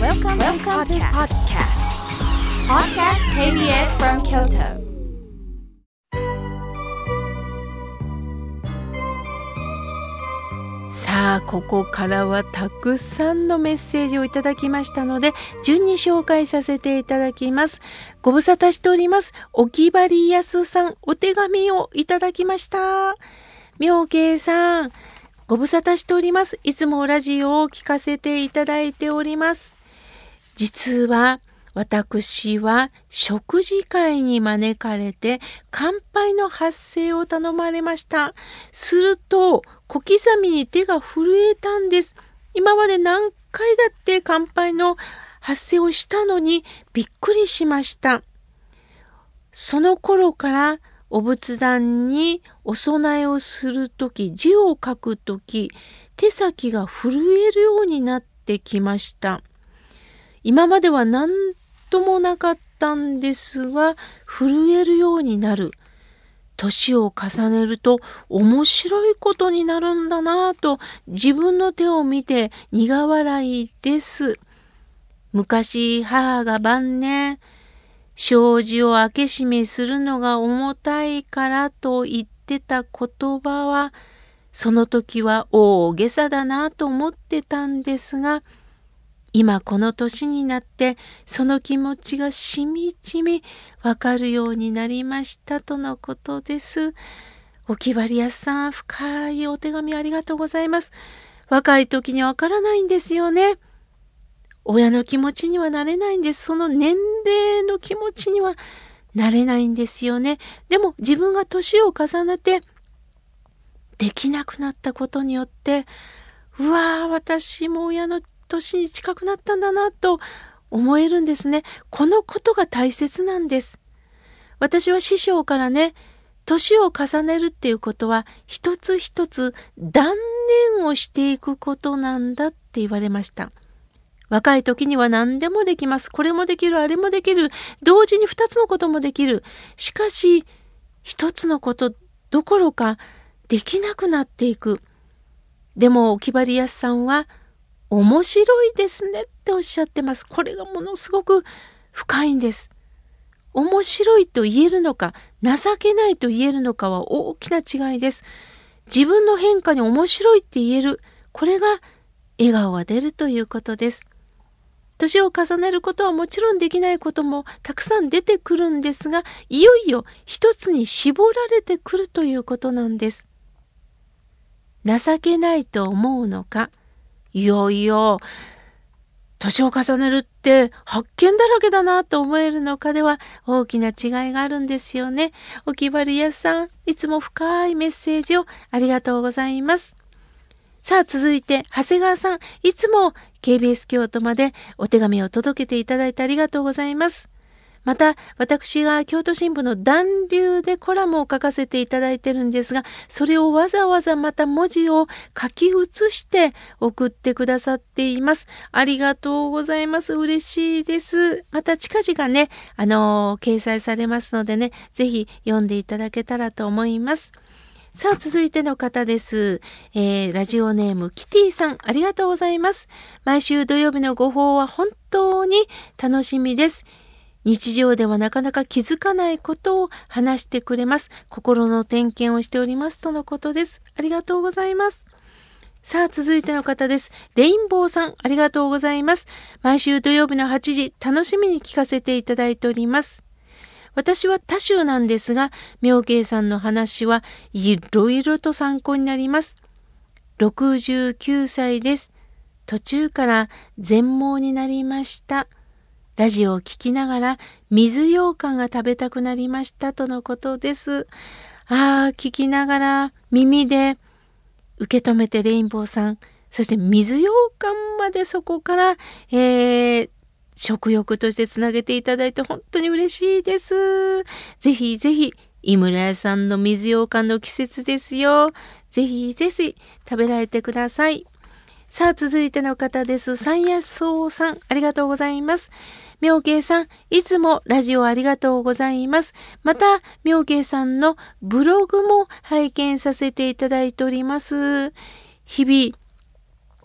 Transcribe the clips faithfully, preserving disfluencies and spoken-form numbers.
Welcome, Welcome to podcast. Podcast ケービーエス from Kyoto. さあここからはたくさんのメッセージをいただきましたので順に紹介させていただきます。ご無沙汰しております。おきばりやすさん、お手紙をいただきました。妙慶さん、ご無沙汰しております。いつもラジオを聞かせていただいております。実は私は食事会に招かれて乾杯の発声を頼まれました。すると小刻みに手が震えたんです。今まで何回だって乾杯の発声をしたのにびっくりしました。その頃からお仏壇にお供えをするとき、字を書くとき、手先が震えるようになってきました。今までは何ともなかったんですが、震えるようになる。年を重ねると面白いことになるんだなぁと自分の手を見て苦笑いです。昔母が晩年、障子を開け閉めするのが重たいからと言ってた言葉は、その時は大げさだなと思ってたんですが、今この年になってその気持ちがしみじみわかるようになりましたとのことです。おきばりやすさん、深いお手紙ありがとうございます。若い時にわからないんですよね。親の気持ちにはなれないんです。その年齢の気持ちにはなれないんですよね。でも自分が年を重ねてできなくなったことによって、うわー、私も親の年に近くなったんだなと思えるんですね。このことが大切なんです。私は師匠からね、年を重ねるっていうことは一つ一つ断念をしていくことなんだって言われました。若い時には何でもできます。これもできる、あれもできる。同時に二つのこともできる。しかし一つのことどころかできなくなっていく。でもおきばりやすさんは面白いですねっておっしゃってます。これがものすごく深いんです。面白いと言えるのか、情けないと言えるのかは大きな違いです。自分の変化に面白いって言える。これが笑顔が出るということです。年を重ねることはもちろんできないこともたくさん出てくるんですが、いよいよ一つに絞られてくるということなんです。情けないと思うのか、いやいや、年を重ねるって発見だらけだなと思えるのかでは大きな違いがあるんですよね。おきばりやさん、いつも深いメッセージをありがとうございます。さあ続いて長谷川さん、いつも ケービーエス 京都までお手紙を届けていただいてありがとうございます。また私が京都新聞の暖流でコラムを書かせていただいてるんですが、それをわざわざまた文字を書き写して送ってくださっています。ありがとうございます。嬉しいです。また近々ね、あのー、掲載されますのでね、ぜひ読んでいただけたらと思います。さあ続いての方です、えー、ラジオネームキティさん、ありがとうございます。毎週土曜日のご報は本当に楽しみです。日常ではなかなか気づかないことを話してくれます。心の点検をしておりますとのことです。ありがとうございます。さあ続いての方です。レインボーさん、ありがとうございます。毎週土曜日のはちじ、楽しみに聞かせていただいております。私は多種なんですが、妙慶さんの話はいろいろと参考になります。ろくじゅうきゅうさいです。途中から全盲になりました。ラジオを聞きながら水羊羹が食べたくなりましたとのことです。ああ、聞きながら耳で受け止めてレインボーさん、そして水羊羹までそこから、えー、食欲としてつなげていただいて本当に嬉しいです。ぜひぜひ井村屋さんの水羊羹の季節ですよ。ぜひぜひ食べられてください。さあ続いての方です。三野草さん、ありがとうございます。妙慶さん、いつもラジオありがとうございます。また妙慶さんのブログも拝見させていただいております。日々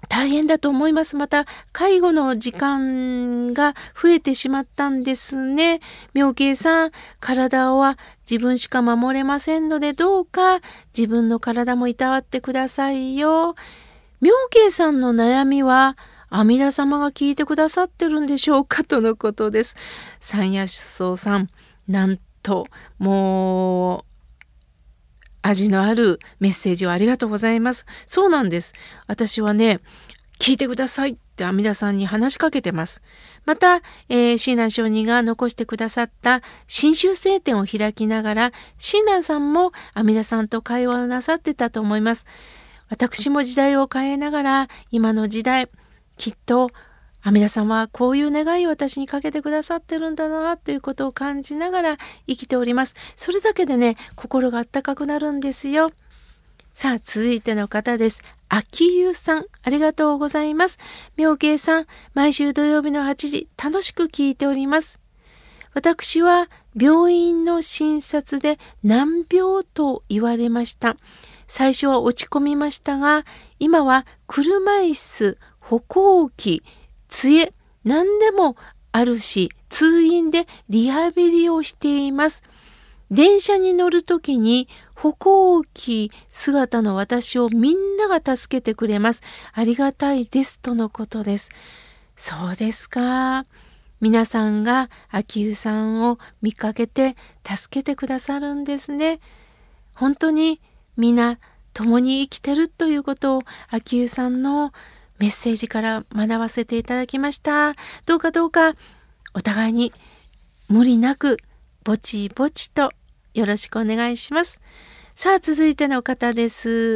大変だと思います。また介護の時間が増えてしまったんですね。妙慶さん、体は自分しか守れませんので、どうか自分の体もいたわってくださいよ。妙慶さんの悩みは阿弥陀様が聞いてくださってるんでしょうかとのことです。三夜出走さん、なんともう味のあるメッセージをありがとうございます。そうなんです。私はね、聞いてくださいって阿弥陀さんに話しかけてます。また、えー、親鸞上人が残してくださった真宗聖典を開きながら、親鸞さんも阿弥陀さんと会話をなさってたと思います。私も時代を変えながら、今の時代、きっと阿弥陀さんはこういう願いを私にかけてくださってるんだなということを感じながら生きております。それだけでね、心があったかくなるんですよ。さあ、続いての方です。秋湯さん、ありがとうございます。妙慶さん、毎週土曜日のはちじ、楽しく聞いております。私は病院の診察で難病と言われました。最初は落ち込みましたが、今は車椅子、歩行器、杖、何でもあるし、通院でリハビリをしています。電車に乗るときに歩行器姿の私をみんなが助けてくれます。ありがたいですとのことです。そうですか。皆さんが秋湯さんを見かけて助けてくださるんですね。本当に皆共に生きてるということを秋湯さんのメッセージから学ばせていただきました。どうかどうかお互いに無理なくぼちぼちとよろしくお願いします。さあ、続いての方です。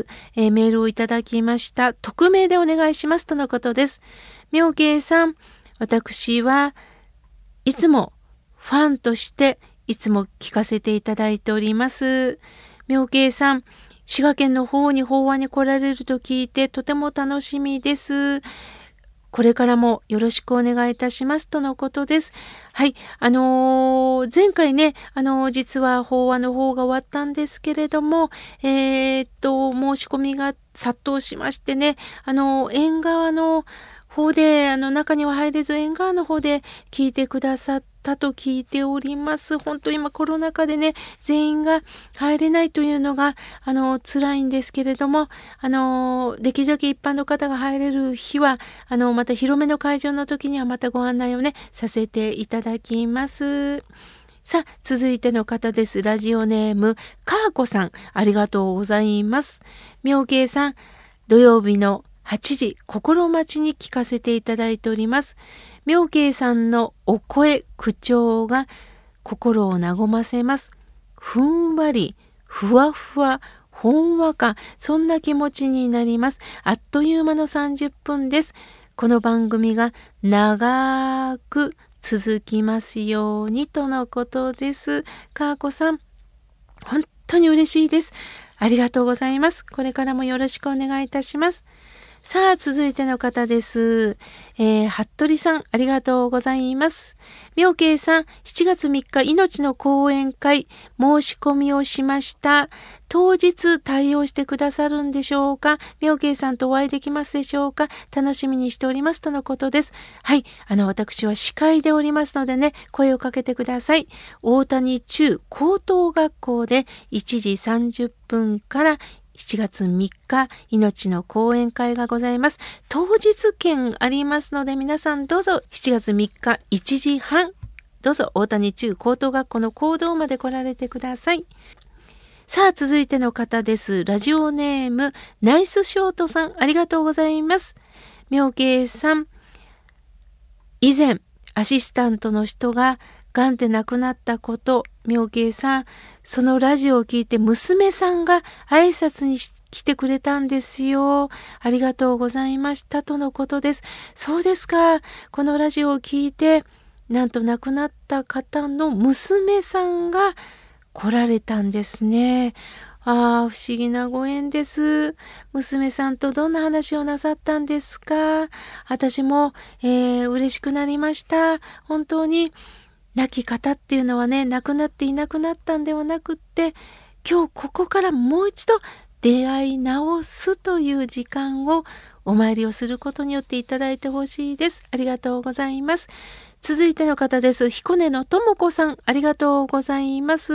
えー、メールをいただきました。匿名でお願いしますとのことです。妙慶さん、私はいつもファンとしていつも聞かせていただいております。妙慶さん、滋賀県の方に法話に来られると聞いてとても楽しみです。これからもよろしくお願いいたしますとのことです。はい、あのー、前回ね、あのー、実は法話の方が終わったんですけれども、えー、っと申し込みが殺到しましてね、あのー、縁側の方であの中には入れず縁側の方で聞いてくださったと聞いております。本当今コロナ禍でね、全員が入れないというのがあの辛いんですけれども、あのできるだけ一般の方が入れる日はあのまた広めの会場の時にはまたご案内をねさせていただきます。さあ、続いての方です。ラジオネームかーこさん、ありがとうございます。妙慶さん、土曜日のはちじ心待ちに聞かせていただいております。妙慶さんのお声口調が心を和ませます。ふんわりふわふわほんわか、そんな気持ちになります。あっという間のさんじゅっぷんです。この番組が長く続きますようにとのことです。かーこさん、本当に嬉しいです。ありがとうございます。これからもよろしくお願いいたします。さあ、続いての方です。えー、服部さん、ありがとうございます。妙慶さん、しちがつみっか、命の講演会、申し込みをしました。当日対応してくださるんでしょうか？妙慶さんとお会いできますでしょうか？楽しみにしておりますとのことです。はい、あの、私は司会でおりますのでね、声をかけてください。大谷中高等学校でいちじさんじゅっぷんからしちがつみっか、命の講演会がございます。当日券ありますので、皆さんどうぞしちがつみっかいちじはん、どうぞ大谷中高等学校の講堂まで来られてください。さあ、続いての方です。ラジオネームナイスショートさん、ありがとうございます。妙慶さん、以前アシスタントの人ががんで亡くなったこと、妙慶さん、そのラジオを聞いて娘さんが挨拶に来てくれたんですよ。ありがとうございましたとのことです。そうですか。このラジオを聞いて、なんと亡くなった方の娘さんが来られたんですね。ああ、不思議なご縁です。娘さんとどんな話をなさったんですか？私も、えー、嬉しくなりました。本当に亡き方っていうのはね、亡くなっていなくなったんではなくって、今日ここからもう一度出会い直すという時間をお参りをすることによっていただいてほしいです。ありがとうございます。続いての方です。彦根のともこさん、ありがとうございます。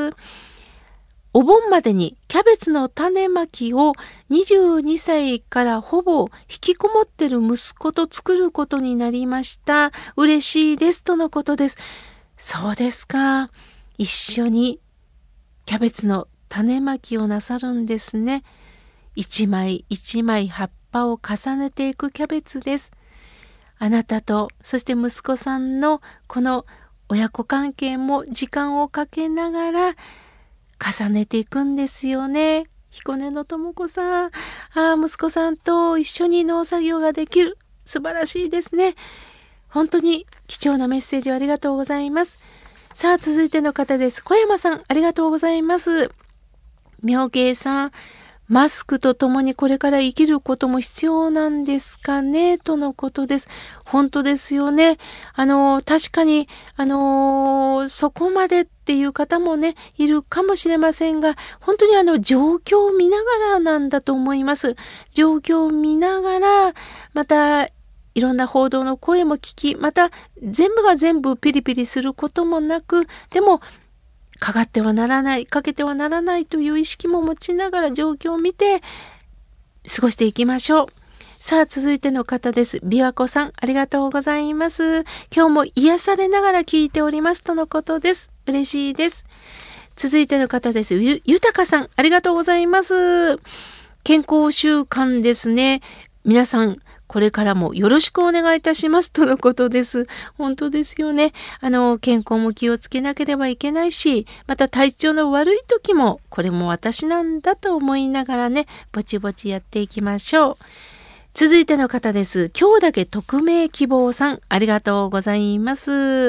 お盆までにキャベツの種まきをにじゅうにさいからほぼ引きこもってる息子と作ることになりました。嬉しいですとのことです。そうですか。一緒にキャベツの種まきをなさるんですね。一枚一枚葉っぱを重ねていくキャベツです。あなたとそして息子さんのこの親子関係も時間をかけながら重ねていくんですよね。彦根のともこさん、ああ、息子さんと一緒に農作業ができる。素晴らしいですね。本当に貴重なメッセージをありがとうございます。さあ、続いての方です。小山さん、ありがとうございます。妙慶さん、マスクとともにこれから生きることも必要なんですかねとのことです。本当ですよね。あの、確かに、あの、そこまでっていう方もね、いるかもしれませんが、本当にあの、状況を見ながらなんだと思います。状況を見ながら、また、いろんな報道の声も聞き、また、全部が全部ピリピリすることもなく、でも、かかってはならない、かけてはならないという意識も持ちながら状況を見て過ごしていきましょう。さあ、続いての方です。琵琶湖さん、ありがとうございます。今日も癒されながら聞いておりますとのことです。嬉しいです。続いての方です。ゆ、ゆたかさん、ありがとうございます。健康習慣ですね。皆さん、これからもよろしくお願いいたしますとのことです。本当ですよね。あの、健康も気をつけなければいけないし、また体調の悪い時も、これも私なんだと思いながらね、ぼちぼちやっていきましょう。続いての方です。今日だけ匿名希望さん、ありがとうございます。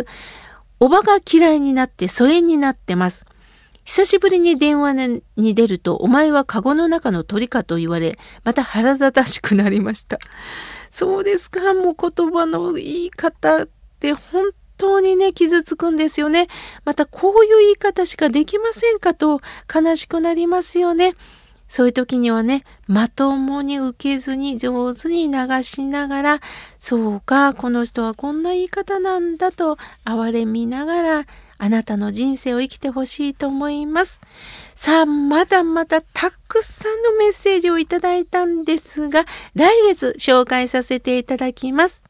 おばが嫌いになって疎遠になってます。久しぶりに電話に出ると、お前はカゴの中の鳥かと言われ、また腹立たしくなりました。そうですか。もう言葉の言い方って本当にね、傷つくんですよね。またこういう言い方しかできませんかと悲しくなりますよね。そういう時にはね、まともに受けずに上手に流しながら、そうか、この人はこんな言い方なんだと哀れみながら、あなたの人生を生きてほしいと思います。さあ、まだまだたくさんのメッセージをいただいたんですが、来月紹介させていただきます。